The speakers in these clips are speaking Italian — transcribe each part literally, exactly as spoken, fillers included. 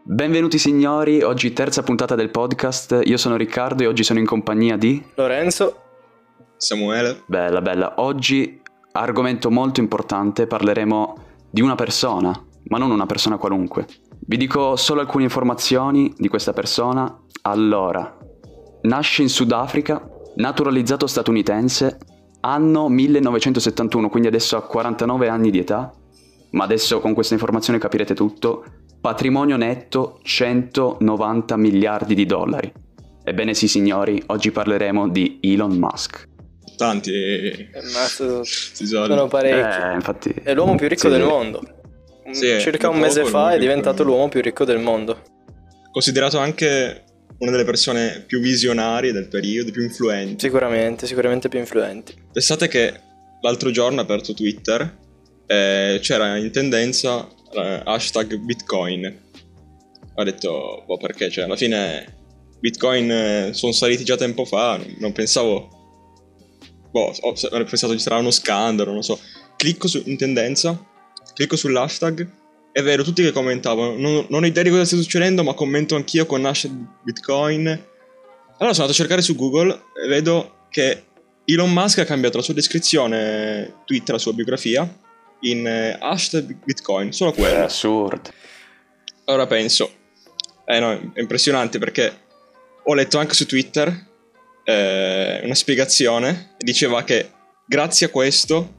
Benvenuti signori, oggi terza puntata del podcast, io sono Riccardo e oggi sono in compagnia di... Lorenzo. Samuele. Bella, bella, oggi argomento molto importante, parleremo di una persona, ma non una persona qualunque. Vi dico solo alcune informazioni di questa persona. Allora, nasce in Sudafrica, naturalizzato statunitense, anno millenovecentosettantuno, quindi adesso ha quarantanove anni di età, ma adesso con questa informazione capirete tutto. Patrimonio netto centonovanta miliardi di dollari. Ebbene sì signori, oggi parleremo di Elon Musk. Tanti Eh, ma so- si soldi. sono parecchi. Eh, infatti... È l'uomo più ricco sì. del mondo. Sì, Circa da un mese poco fa l'uomo è più diventato ricco del l'uomo più ricco del mondo. Considerato anche una delle persone più visionarie del periodo, più influenti. Sicuramente, sicuramente più influenti. Pensate che l'altro giorno ho aperto Twitter e c'era in tendenza eh, hashtag Bitcoin. Ho detto, boh, perché? Cioè, alla fine Bitcoin eh, sono saliti già tempo fa, non pensavo... Boh, ho, ho pensato ci sarà uno scandalo, non so. Clicco su, in tendenza, clicco sull'hashtag, è vero, tutti che commentavano, non, non ho idea di cosa stia succedendo, ma commento anch'io con hashtag Bitcoin. Allora sono andato a cercare su Google e vedo che Elon Musk ha cambiato la sua descrizione Twitter, la sua biografia, in eh, hashtag Bitcoin, solo È quello. assurdo. Allora penso, eh no, è impressionante perché ho letto anche su Twitter eh, una spiegazione e diceva che grazie a questo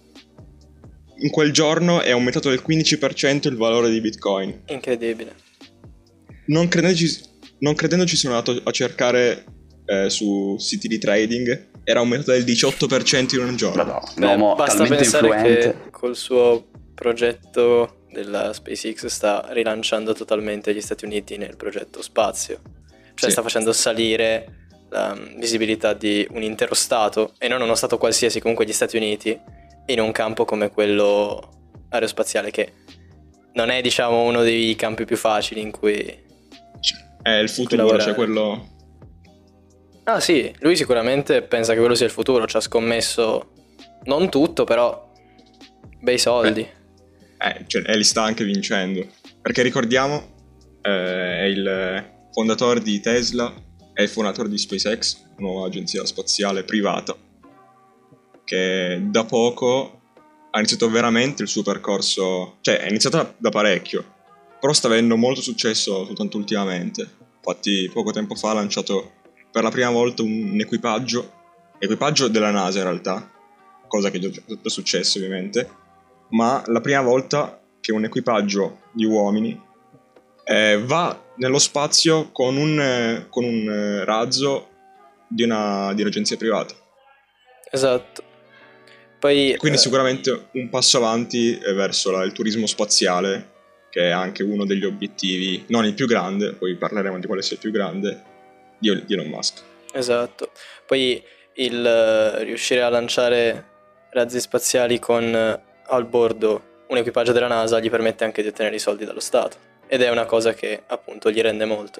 in quel giorno è aumentato del quindici per cento il valore di Bitcoin. Incredibile. Non credendoci, non credendoci sono andato a cercare eh, su siti di trading, era aumentato del diciotto per cento in un giorno. No, Beh, un uomo basta talmente pensare influente. che col suo progetto della SpaceX sta rilanciando totalmente gli Stati Uniti nel progetto spazio. Cioè Sì. sta facendo salire la mm, visibilità di un intero stato, e non uno stato qualsiasi, comunque gli Stati Uniti, in un campo come quello aerospaziale, che non è, diciamo, uno dei campi più facili in cui... È il futuro, lavorare. cioè quello... Ah sì, lui sicuramente pensa che quello sia il futuro, ci ha scommesso non tutto, però bei soldi. Eh, cioè, e li sta anche vincendo. Perché ricordiamo, eh, è il fondatore di Tesla, è il fondatore di SpaceX, nuova agenzia spaziale privata, che da poco ha iniziato veramente il suo percorso, cioè è iniziato da, da parecchio, però sta avendo molto successo soltanto ultimamente. Infatti poco tempo fa ha lanciato per la prima volta un equipaggio, equipaggio della NASA in realtà, cosa che è già già successo ovviamente, ma la prima volta che un equipaggio di uomini eh, va nello spazio con un, eh, con un eh, razzo di, una, di un'agenzia privata. Esatto. Poi Quindi eh, sicuramente un passo avanti eh, verso la- il turismo spaziale, che è anche uno degli obiettivi, non il più grande, poi parleremo di quale sia il più grande, di, di Elon Musk. esatto. Poi il eh, riuscire a lanciare razzi spaziali con eh, al bordo un equipaggio della NASA gli permette anche di ottenere i soldi dallo Stato, ed è una cosa che appunto gli rende molto.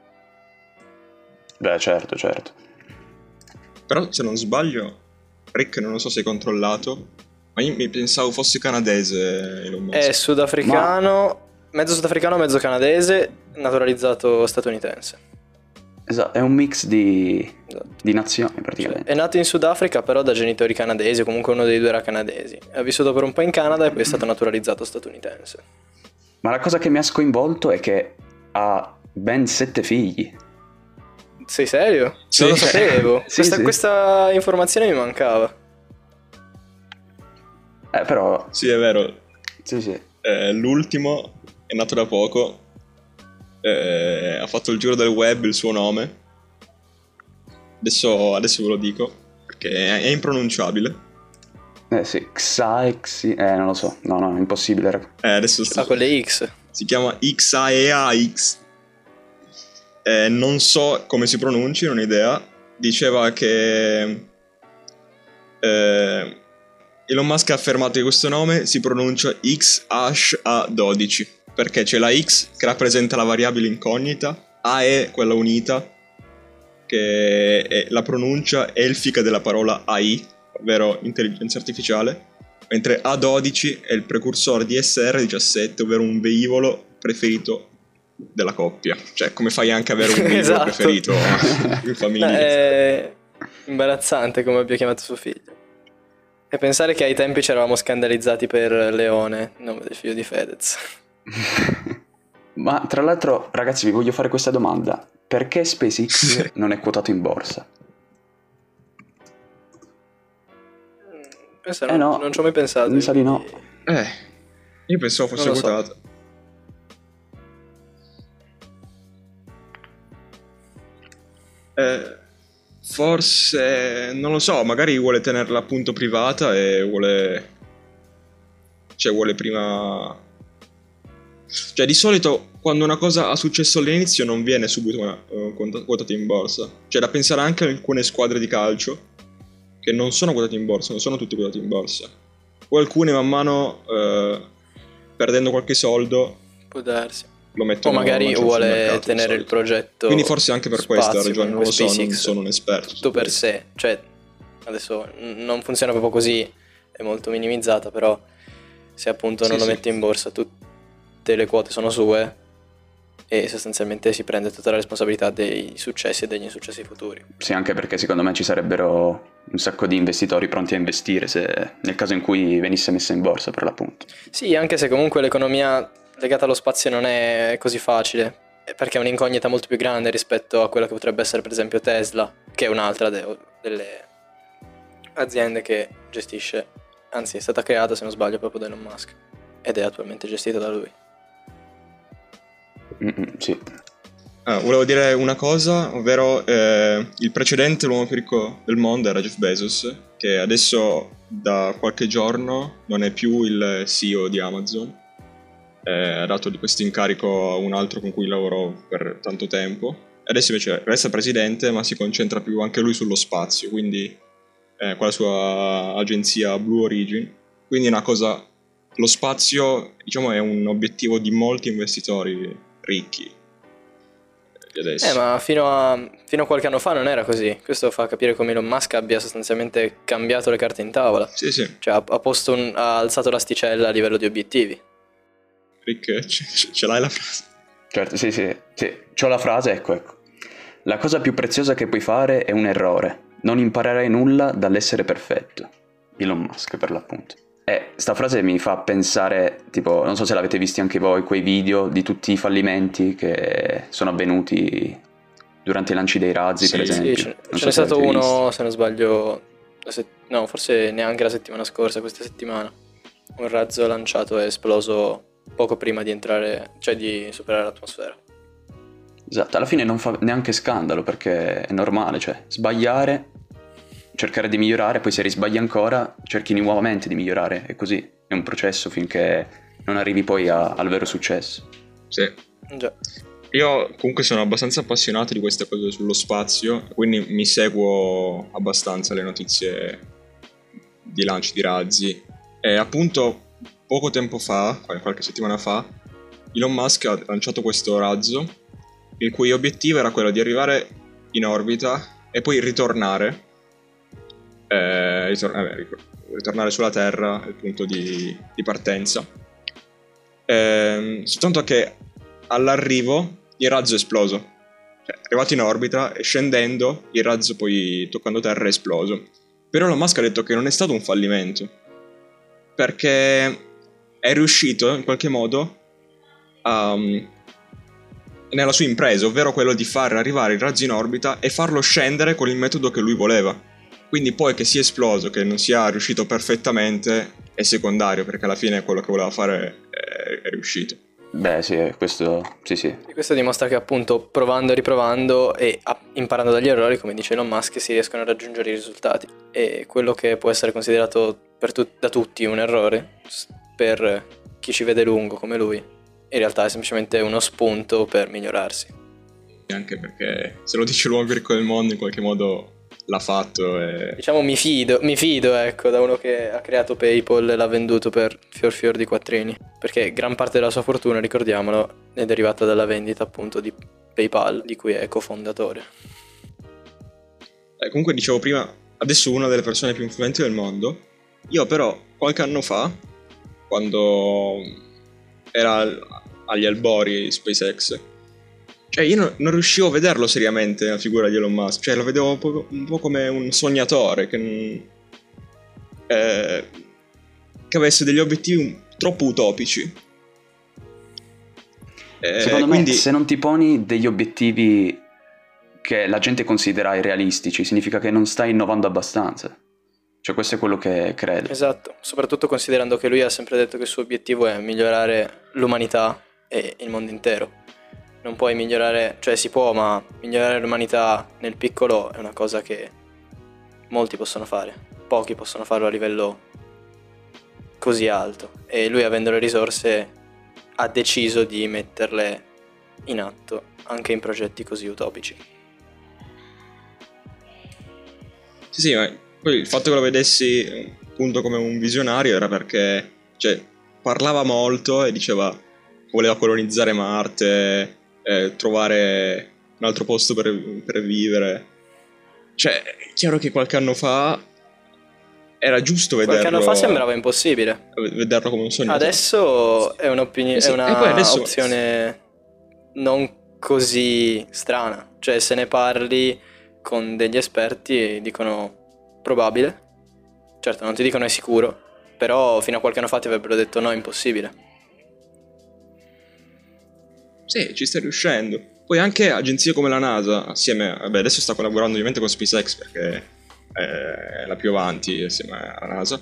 Beh, certo, certo. Però se non sbaglio, Rick, non lo so se hai controllato, ma io mi pensavo fosse canadese Elon Musk. È sudafricano, mezzo sudafricano, mezzo canadese, naturalizzato statunitense. Esatto, è un mix di, Esatto. di nazioni Cioè, praticamente. è nato in Sudafrica però da genitori canadesi, o comunque uno dei due era canadesi. Ha vissuto per un po' in Canada e poi è stato naturalizzato statunitense. Ma la cosa che mi ha sconvolto è che ha ben sette figli. Sei serio? Sì. Non lo sapevo. Sì, questa, sì. questa informazione mi mancava. Eh, però... Sì, è vero. Sì, sì. Eh, l'ultimo è nato da poco, eh, ha fatto il giro del web il suo nome. Adesso, adesso ve lo dico, perché è, è impronunciabile. Eh sì, Xaexi... Eh, non lo so. No, no, è impossibile. raga. Eh, adesso sto- Ah, con le X. si chiama X A E A X. Eh, non so come si pronunci, non ho idea. Diceva che eh, Elon Musk ha affermato che questo nome si pronuncia X hash A dodici, perché c'è la X che rappresenta la variabile incognita, A è quella unita, che è la pronuncia elfica della parola A I, ovvero intelligenza artificiale, mentre A dodici è il precursore di S R diciassette, ovvero un velivolo preferito della coppia. Cioè, come fai anche ad avere un libro Esatto. preferito in famiglia? È imbarazzante come abbia chiamato suo figlio. E pensare che ai tempi ci eravamo scandalizzati per Leone, il nome del figlio di Fedez. Ma tra l'altro, ragazzi, vi voglio fare questa domanda. Perché SpaceX non è quotato in borsa? Pensa, Eh non, no, non ci ho mai pensato. mi sa di no. Eh, io pensavo fosse Non lo so. quotato. Eh, forse, non lo so, magari vuole tenerla appunto privata e vuole... Cioè, vuole prima... Cioè, di solito quando una cosa ha successo all'inizio non viene subito uh, quotata in borsa. Cioè, da pensare anche a alcune squadre di calcio che non sono quotate in borsa, non sono tutte quotate in borsa. O alcune man mano, uh, perdendo qualche soldo, Può darsi. lo O mettono magari lanciano sul vuole mercato, di tenere il solito. progetto. Quindi forse anche per questa spazio, ragione, non lo so, non SpaceX, sono un esperto. tutto per sé. Cioè, adesso n- non funziona proprio così, è molto minimizzata, però se appunto Sì, non lo sì. mette in borsa tutte le quote sono sue e sostanzialmente si prende tutta la responsabilità dei successi e degli insuccessi futuri. Sì, anche perché secondo me ci sarebbero un sacco di investitori pronti a investire se nel caso in cui venisse messa in borsa, per l'appunto. Sì, anche se comunque l'economia legata allo spazio non è così facile, perché è un'incognita molto più grande rispetto a quella che potrebbe essere per esempio Tesla, che è un'altra de- delle aziende che gestisce, anzi è stata creata se non sbaglio proprio da Elon Musk ed è attualmente gestita da lui. Mm-mm, sì. Ah, volevo dire una cosa, ovvero eh, il precedente l'uomo più ricco del mondo era Jeff Bezos, che adesso da qualche giorno non è più il C E O di Amazon. Eh, ha dato di questo incarico a un altro con cui lavorò per tanto tempo. Adesso invece resta presidente, ma si concentra più anche lui sullo spazio, quindi eh, con la sua agenzia Blue Origin. Quindi è una cosa, lo spazio diciamo è un obiettivo di molti investitori ricchi di adesso. Eh, ma fino a, fino a qualche anno fa non era così. Questo fa capire come Elon Musk abbia sostanzialmente cambiato le carte in tavola. Sì, sì. Cioè ha, ha posto un- ha alzato l'asticella a livello di obiettivi. Rick, ce, ce- ce l'hai la frase? Certo, sì, sì, sì. C'ho la frase, ecco, ecco. La cosa più preziosa che puoi fare è un errore. Non imparerai nulla dall'essere perfetto. Elon Musk, per l'appunto. E sta frase mi fa pensare, tipo, non so se l'avete visti anche voi, quei video di tutti i fallimenti che sono avvenuti durante i lanci dei razzi, Sì, per sì, esempio. Sì, ce, Non ce so n'è se stato l'avete uno, visto. se non sbaglio, la set- no, forse neanche la settimana scorsa, questa settimana. Un razzo lanciato è esploso poco prima di entrare, cioè di superare l'atmosfera. Esatto, alla fine non fa neanche scandalo perché è normale, cioè sbagliare, cercare di migliorare, poi se risbagli ancora cerchi nuovamente di migliorare e così è un processo finché non arrivi poi a- al vero successo. Sì. Già. Io comunque sono abbastanza appassionato di queste cose sullo spazio, quindi mi seguo abbastanza le notizie di lanci di razzi. E appunto poco tempo fa, qualche settimana fa, Elon Musk ha lanciato questo razzo il cui obiettivo era quello di arrivare in orbita e poi ritornare eh, ritor- vabbè, ricor- ritornare sulla Terra al punto di, di partenza. Ehm, soltanto che all'arrivo il razzo è esploso, cioè, è arrivato in orbita e scendendo il razzo poi toccando terra è esploso. Però Elon Musk ha detto che non è stato un fallimento, perché è riuscito in qualche modo a, nella sua impresa, ovvero quello di far arrivare il razzo in orbita e farlo scendere con il metodo che lui voleva. Quindi poi che sia esploso, che non sia riuscito perfettamente, è secondario, perché alla fine quello che voleva fare è, è riuscito. Beh sì, eh, questo sì sì. E questo dimostra che appunto provando e riprovando e a- imparando dagli errori, come dice Elon Musk, si riescono a raggiungere i risultati. E quello che può essere considerato per tut- da tutti un errore, s- per chi ci vede lungo come lui, in realtà è semplicemente uno spunto per migliorarsi. Anche perché se lo dice l'uomo più ricco del mondo, in qualche modo l'ha fatto e... Diciamo mi fido, mi fido ecco da uno che ha creato PayPal e l'ha venduto per fior fior di quattrini, perché gran parte della sua fortuna, ricordiamolo, è derivata dalla vendita appunto di PayPal, di cui è cofondatore. Eh, comunque dicevo prima, adesso una delle persone più influenti del mondo. Io però qualche anno fa, quando era agli albori di SpaceX. Cioè io non, non riuscivo a vederlo seriamente la figura di Elon Musk, cioè lo vedevo un po', un po' come un sognatore che, non, eh, che avesse degli obiettivi un, troppo utopici. Eh, Secondo quindi... me se non ti poni degli obiettivi che la gente considera irrealistici, significa che non stai innovando abbastanza. Cioè questo è quello che credo. Esatto, soprattutto considerando che lui ha sempre detto che il suo obiettivo è migliorare l'umanità e il mondo intero. Non puoi migliorare, cioè si può, ma migliorare l'umanità nel piccolo è una cosa che molti possono fare, pochi possono farlo a livello così alto, e lui, avendo le risorse, ha deciso di metterle in atto anche in progetti così utopici. Sì, sì, ma poi il fatto che lo vedessi appunto come un visionario era perché, cioè, parlava molto e diceva che voleva colonizzare Marte, eh, trovare un altro posto per, per vivere. Cioè, è chiaro che qualche anno fa era giusto vederlo. Qualche anno fa sembrava impossibile vederlo come un sogno. Adesso è un'opinione, eh sì, è una adesso... opzione non così strana. Cioè, se ne parli con degli esperti e dicono probabile. Certo, non ti dicono è sicuro, però fino a qualche anno fa ti avrebbero detto no, è impossibile. Sì, ci sta riuscendo. Poi anche agenzie come la NASA, assieme, vabbè, adesso sta collaborando ovviamente con SpaceX perché è la più avanti assieme alla NASA,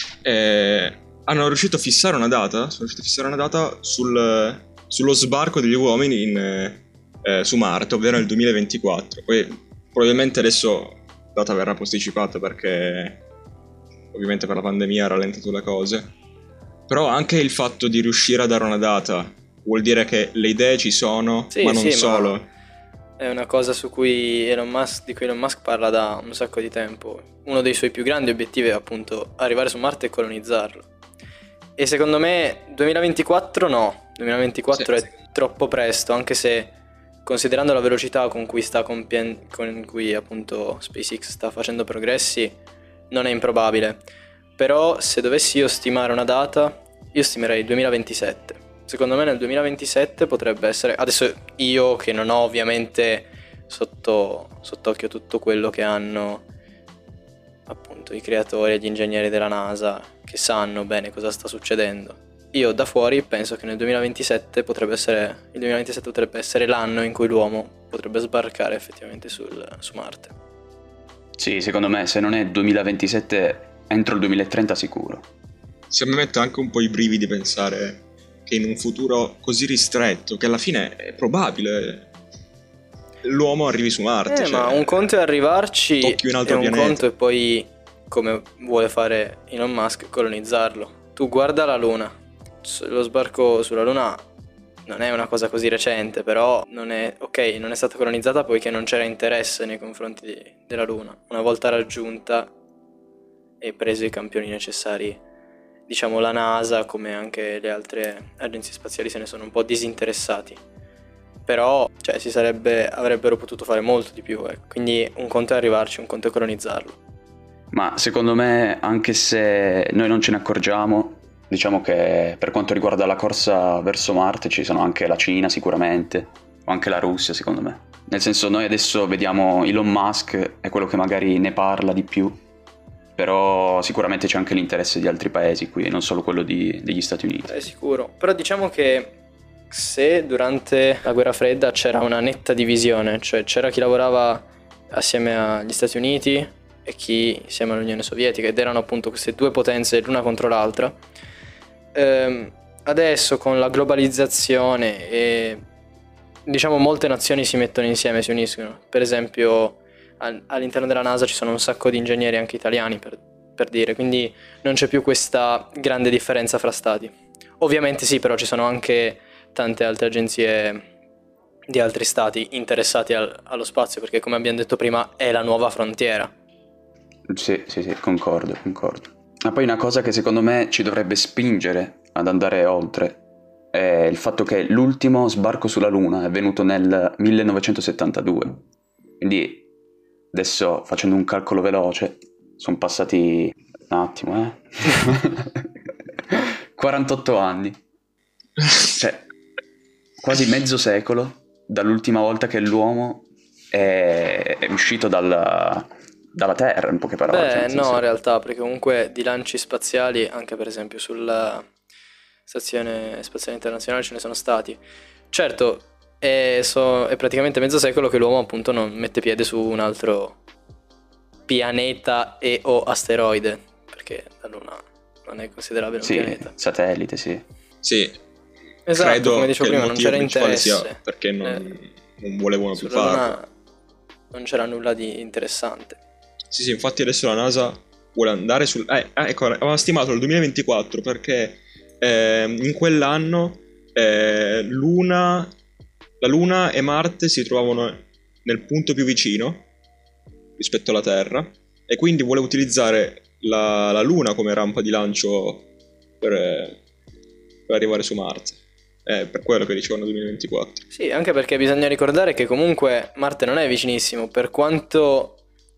eh, hanno riuscito a fissare una data, sono riusciti a fissare una data sul, sullo sbarco degli uomini in, eh, su Marte, ovvero nel duemilaventiquattro. Poi probabilmente adesso la data verrà posticipata perché ovviamente per la pandemia ha rallentato le cose, però anche il fatto di riuscire a dare una data vuol dire che le idee ci sono, sì, ma non sì, solo. Ma è una cosa su cui Elon Musk, di cui Elon Musk parla da un sacco di tempo. Uno dei suoi più grandi obiettivi è appunto arrivare su Marte e colonizzarlo. E secondo me duemilaventiquattro no, duemilaventiquattro sì, è sì. troppo presto, anche se considerando la velocità con cui sta compien- con cui appunto SpaceX sta facendo progressi, non è improbabile. Però se dovessi io stimare una data, io stimerei duemilaventisette. Secondo me nel duemilaventisette potrebbe essere... Adesso io che non ho ovviamente sotto sott'occhio tutto quello che hanno appunto i creatori e gli ingegneri della NASA, che sanno bene cosa sta succedendo. Io da fuori penso che nel duemilaventisette potrebbe essere... Il duemilaventisette potrebbe essere l'anno in cui l'uomo potrebbe sbarcare effettivamente sul, su Marte. Sì, secondo me se non è duemilaventisette, entro il duemilatrenta sicuro. Se mi mette anche un po' i brividi pensare che in un futuro così ristretto, che alla fine è probabile, l'uomo arrivi su Marte. Eh, cioè, ma un conto è arrivarci tocchi un altro e un pianeta. conto è poi, come vuole fare Elon Musk, colonizzarlo. Tu guarda la Luna, lo sbarco sulla Luna non è una cosa così recente, però non è, ok, non è stata colonizzata poiché non c'era interesse nei confronti di, della Luna. Una volta raggiunta e preso i campioni necessari, diciamo la NASA come anche le altre agenzie spaziali se ne sono un po' disinteressati, però cioè si sarebbe avrebbero potuto fare molto di più, eh. Quindi un conto è arrivarci, un conto è colonizzarlo. Ma secondo me, anche se noi non ce ne accorgiamo, diciamo che per quanto riguarda la corsa verso Marte ci sono anche la Cina sicuramente, o anche la Russia secondo me. Nel senso, noi adesso vediamo Elon Musk è quello che magari ne parla di più, però sicuramente c'è anche l'interesse di altri paesi qui, non solo quello di, degli Stati Uniti. È sicuro, però diciamo che se durante la guerra fredda c'era una netta divisione, cioè c'era chi lavorava assieme agli Stati Uniti e chi insieme all'Unione Sovietica, ed erano appunto queste due potenze l'una contro l'altra, ehm, adesso con la globalizzazione e diciamo molte nazioni si mettono insieme, si uniscono. Per esempio all'interno della NASA ci sono un sacco di ingegneri anche italiani, per, per dire, quindi non c'è più questa grande differenza fra stati. Ovviamente sì, però ci sono anche tante altre agenzie di altri stati interessati al, allo spazio, perché come abbiamo detto prima è la nuova frontiera. Sì, sì, sì, concordo, concordo. Ma poi una cosa che secondo me ci dovrebbe spingere ad andare oltre è il fatto che l'ultimo sbarco sulla Luna è avvenuto nel millenovecentosettantadue, quindi adesso, facendo un calcolo veloce, sono passati un attimo, eh? quarantotto anni. Cioè, quasi mezzo secolo dall'ultima volta che l'uomo è, è uscito dalla, dalla Terra, in poche parole. Beh, cioè, nel senso- no, in realtà, perché comunque di lanci spaziali, anche per esempio sulla Stazione Spaziale Internazionale ce ne sono stati. Certo, è, so- è praticamente mezzo secolo che l'uomo appunto non mette piede su un altro pianeta e o asteroide, perché la Luna non è considerabile un Sì, pianeta. satellite, sì. Sì, Esatto, credo come dicevo che prima, il non motivo c'era principale interesse. sia perché non, Eh, non volevano più Sulla farlo. Luna non c'era nulla di interessante. Sì, sì, infatti adesso la NASA vuole andare sul... Eh, eh, ecco, aveva stimato il duemilaventiquattro perché eh, in quell'anno eh, Luna, la Luna e Marte si trovavano nel punto più vicino rispetto alla Terra e quindi vuole utilizzare la, la Luna come rampa di lancio per, eh, per arrivare su Marte. È per quello che dicevano duemilaventiquattro. Sì, anche perché bisogna ricordare che comunque Marte non è vicinissimo, per quanto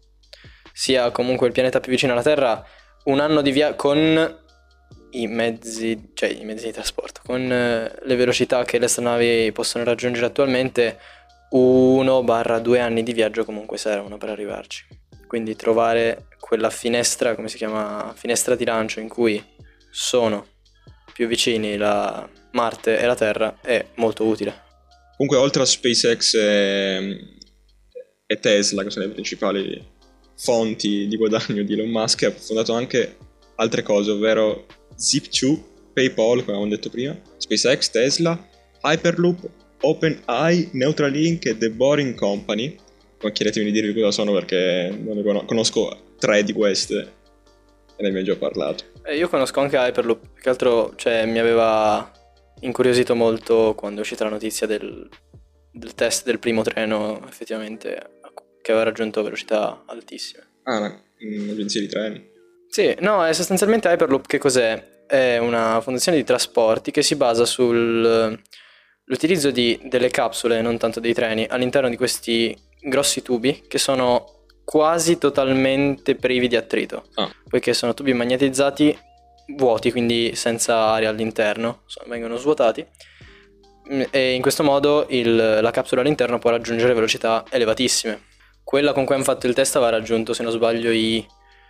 sia comunque il pianeta più vicino alla Terra, un anno di viaggio con i mezzi, cioè i mezzi di trasporto, con eh, le velocità che le astronavi possono raggiungere attualmente, uno barra due anni di viaggio comunque servono per arrivarci. Quindi trovare quella finestra, come si chiama, finestra di lancio in cui sono più vicini la Marte e la Terra è molto utile. Comunque, oltre a SpaceX e, e Tesla, che sono le principali fonti di guadagno di Elon Musk, ha fondato anche altre cose, ovvero Zip due, PayPal, come avevamo detto prima, SpaceX, Tesla, Hyperloop, OpenAI, Neuralink e The Boring Company. Non chiedetemi di dirvi cosa sono perché non ne conos- conosco tre di queste e ne abbiamo già parlato. Eh, io conosco anche Hyperloop, più che altro cioè, mi aveva incuriosito molto quando è uscita la notizia del, del test del primo treno effettivamente che aveva raggiunto velocità altissime. Ah, una- un'agenzia di treni. Sì, no, è sostanzialmente Hyperloop che cos'è? È una fondazione di trasporti che si basa sull'utilizzo di delle capsule, non tanto dei treni, all'interno di questi grossi tubi che sono quasi totalmente privi di attrito, Ah. poiché sono tubi magnetizzati vuoti, quindi senza aria all'interno, so- vengono svuotati mm, e in questo modo il- la capsula all'interno può raggiungere velocità elevatissime. Quella con cui hanno fatto il test aveva raggiunto, se non sbaglio, i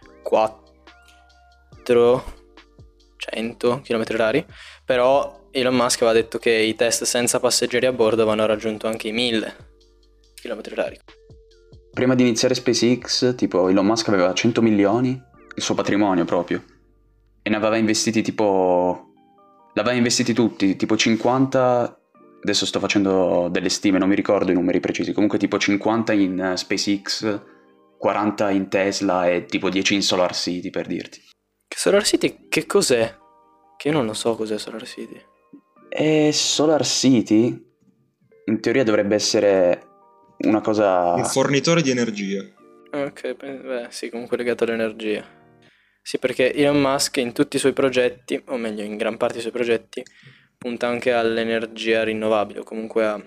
quattrocento chilometri orari, però Elon Musk aveva detto che i test senza passeggeri a bordo avevano raggiunto anche i mille chilometri orari. Prima di iniziare SpaceX, tipo Elon Musk aveva cento milioni, il suo patrimonio proprio, e ne aveva investiti tipo... l'aveva investiti tutti, tipo cinquanta... Adesso sto facendo delle stime, non mi ricordo i numeri precisi, comunque tipo cinquanta in eh, SpaceX, quaranta in Tesla e tipo dieci in Solar City, per dirti. Che Solar City che cos'è? Che io non lo so cos'è Solar City. E Solar City, in teoria dovrebbe essere una cosa... Un fornitore di energia. Ok, pe- beh, sì, comunque legato all'energia. Sì, perché Elon Musk in tutti i suoi progetti, o meglio in gran parte dei suoi progetti, punta anche all'energia rinnovabile, o comunque a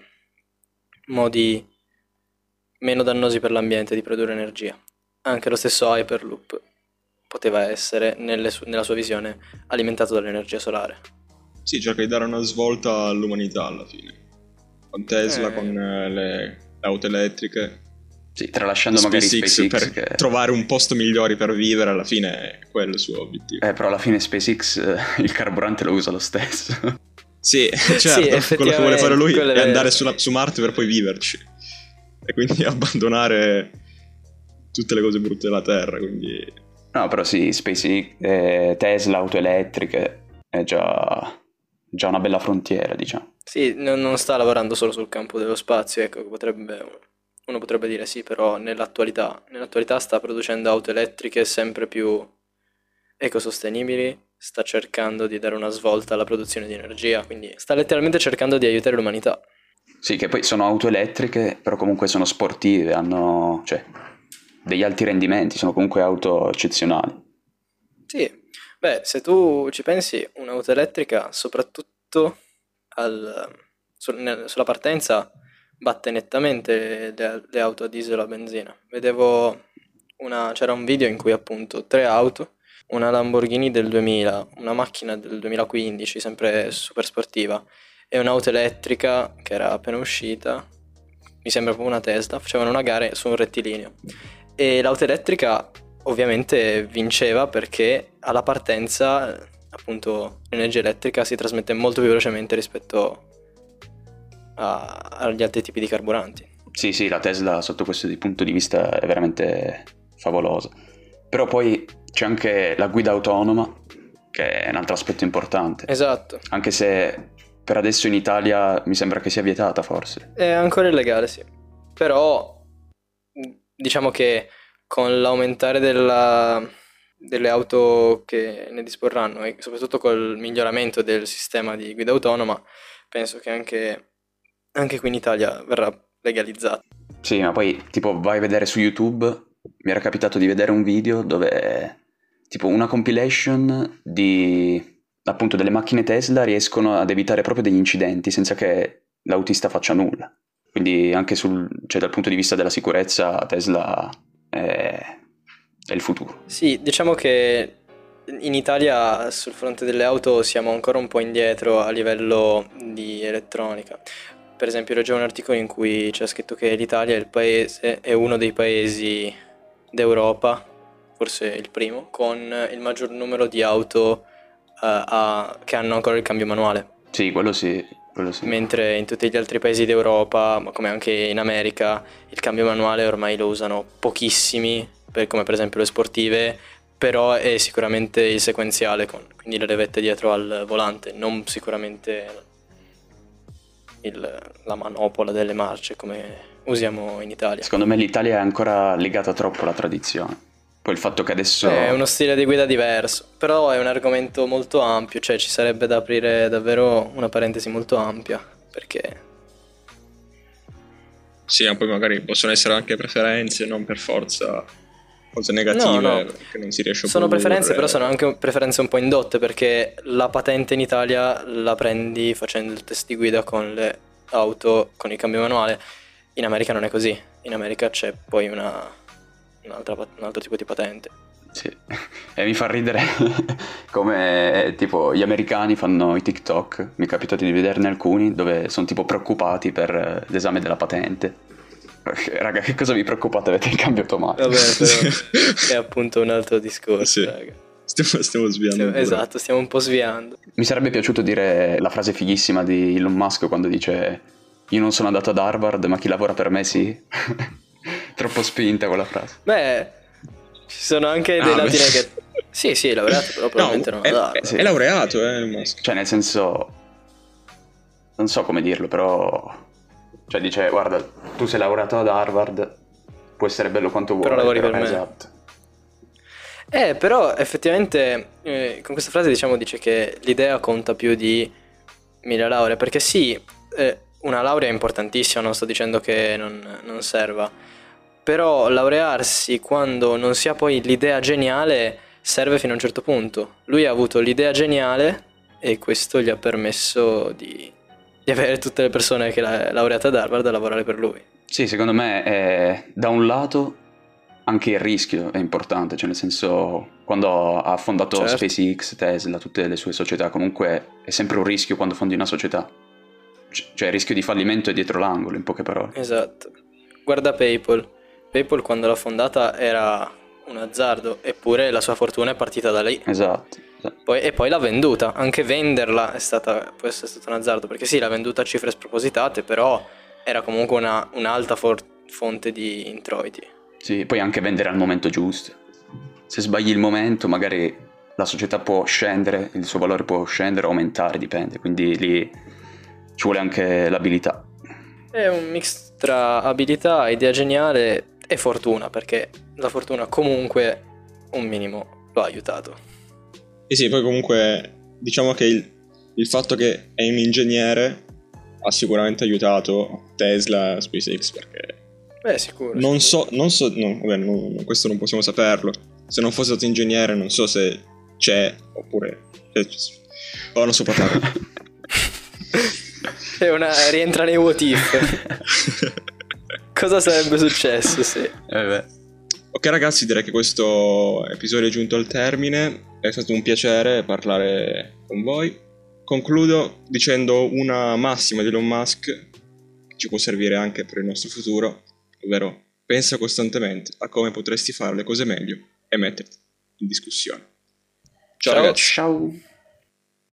modi meno dannosi per l'ambiente di produrre energia. Anche lo stesso Hyperloop poteva essere, nelle su- nella sua visione, alimentato dall'energia solare. Sì, cerca di dare una svolta all'umanità alla fine. Con Tesla, Eh. con eh, le, le auto elettriche, Sì, tralasciando magari SpaceX, SpaceX, per che... trovare un posto migliore per vivere, alla fine è quello il suo obiettivo. Eh, però alla fine SpaceX eh, il carburante lo usa lo stesso. Sì, Sì, certo, quello che vuole fare lui effettivamente, quello è è vero. andare sulla- su Marte per poi viverci. E quindi abbandonare tutte le cose brutte della Terra, quindi... No, però sì, SpaceX, eh, Tesla, auto elettriche, è già, già una bella frontiera, diciamo. Sì, non, non sta lavorando solo sul campo dello spazio, ecco, potrebbe, uno potrebbe dire sì, però nell'attualità, nell'attualità sta producendo auto elettriche sempre più ecosostenibili, sta cercando di dare una svolta alla produzione di energia, quindi sta letteralmente cercando di aiutare l'umanità. Sì, che poi sono auto elettriche, però comunque sono sportive, hanno, cioè, degli alti rendimenti, sono comunque auto eccezionali. Sì, beh, se tu ci pensi, un'auto elettrica, soprattutto al- sul- nel- sulla partenza, batte nettamente le, le auto a diesel o a benzina. Vedevo una, c'era un video in cui appunto tre auto, una Lamborghini del duemila, una macchina del duemilaquindici, sempre super sportiva, e un'auto elettrica che era appena uscita, mi sembra proprio una Tesla, facevano una gara su un rettilineo e l'auto elettrica ovviamente vinceva perché alla partenza appunto l'energia elettrica si trasmette molto più velocemente rispetto a, agli altri tipi di carburanti. Sì, sì, la Tesla sotto questo di punto di vista è veramente favolosa. Però poi c'è anche la guida autonoma, che è un altro aspetto importante. Esatto. Anche se per adesso in Italia mi sembra che sia vietata, forse. È ancora illegale, sì. Però diciamo che con l'aumentare della, delle auto che ne disporranno e soprattutto col miglioramento del sistema di guida autonoma, penso che anche, anche qui in Italia verrà legalizzato. Sì, ma poi tipo vai a vedere su YouTube, mi era capitato di vedere un video dove tipo una compilation di appunto delle macchine Tesla riescono ad evitare proprio degli incidenti senza che l'autista faccia nulla. Quindi anche sul, cioè, dal punto di vista della sicurezza Tesla è, è il futuro. Sì, diciamo che in Italia sul fronte delle auto siamo ancora un po' indietro a livello di elettronica. Per esempio leggevo un articolo in cui c'è scritto che l'Italia è il paese, è uno dei paesi d'Europa, forse il primo, con il maggior numero di auto uh, a, che hanno ancora il cambio manuale. Sì, quello sì, quello sì. Mentre in tutti gli altri paesi d'Europa, ma come anche in America, il cambio manuale ormai lo usano pochissimi, per, come per esempio le sportive, però è sicuramente il sequenziale, con, quindi le levette dietro al volante, non sicuramente il, la manopola delle marce come usiamo in Italia. Secondo me l'Italia è ancora legata troppo alla tradizione. Poi il fatto che adesso... È uno stile di guida diverso, però è un argomento molto ampio, cioè ci sarebbe da aprire davvero una parentesi molto ampia, perché... Sì, ma poi magari possono essere anche preferenze, non per forza cose negative, no, no. che non si riesce a Sono produrre. preferenze, però sono anche preferenze un po' indotte, perché la patente in Italia la prendi facendo il test di guida con le auto con il cambio manuale. In America non è così, in America c'è poi una, un'altra, un altro tipo di patente. Sì, e mi fa ridere come tipo gli americani fanno i TikTok, mi è capitato di vederne alcuni dove sono tipo preoccupati per l'esame della patente. Raga, che cosa vi preoccupate? Avete il cambio automatico? Vabbè, però è appunto un altro discorso, sì. raga. Stiamo, stiamo sviando. Stiamo, esatto, stiamo un po' sviando. Mi sarebbe piaciuto dire la frase fighissima di Elon Musk quando dice: io non sono andato ad Harvard, ma chi lavora per me sì. Troppo spinta quella frase. Beh, ci sono anche dei ah, lati beh. negativi. Sì, sì, è laureato, però probabilmente no, non è, ad Harvard. è, Sì. è laureato, eh, Elon Musk. Cioè, nel senso, non so come dirlo, però... Cioè, dice, guarda, tu sei laureato ad Harvard, può essere bello quanto vuoi, Però lavori per me. Esatto. Eh, però effettivamente eh, con questa frase diciamo dice che l'idea conta più di mille lauree, perché sì, eh, una laurea è importantissima, non sto dicendo che non, non serva, però laurearsi quando non si ha poi l'idea geniale serve fino a un certo punto. Lui ha avuto l'idea geniale e questo gli ha permesso di, di avere tutte le persone che l'ha laureata ad Harvard a lavorare per lui. Sì, secondo me è, da un lato anche il rischio è importante, cioè nel senso quando ha fondato Certo. SpaceX, Tesla, tutte le sue società, comunque è sempre un rischio quando fondi una società, C- cioè il rischio di fallimento è dietro l'angolo, in poche parole. Esatto. Guarda PayPal. PayPal quando l'ha fondata era un azzardo, eppure la sua fortuna è partita da lì. Esatto, esatto. Poi, e poi l'ha venduta, anche venderla è stata, può essere stata un azzardo, perché sì, l'ha venduta a cifre spropositate, però era comunque una, un'alta for- fonte di introiti. Sì, poi anche vendere al momento giusto. Se sbagli il momento, magari la società può scendere, il suo valore può scendere o aumentare, dipende. Quindi lì ci vuole anche l'abilità. È un mix tra abilità, idea geniale e fortuna, perché la fortuna comunque un minimo lo ha aiutato. E sì, poi comunque diciamo che il, il fatto che è un ingegnere ha sicuramente aiutato Tesla e SpaceX, perché Beh, sicuro. non sicuro. so, non so, no, vabbè, no, questo non possiamo saperlo. Se non fosse stato ingegnere non so se c'è, oppure... Eh, oh, non so parlare. È una, rientra nei what if. Cosa sarebbe successo se... Eh beh. Ok ragazzi, direi che questo episodio è giunto al termine. È stato un piacere parlare con voi. concludo dicendo una massima di Elon Musk che ci può servire anche per il nostro futuro, ovvero pensa costantemente a come potresti fare le cose meglio e metterti in discussione. Ciao, Ciao. ragazzi. Ciao.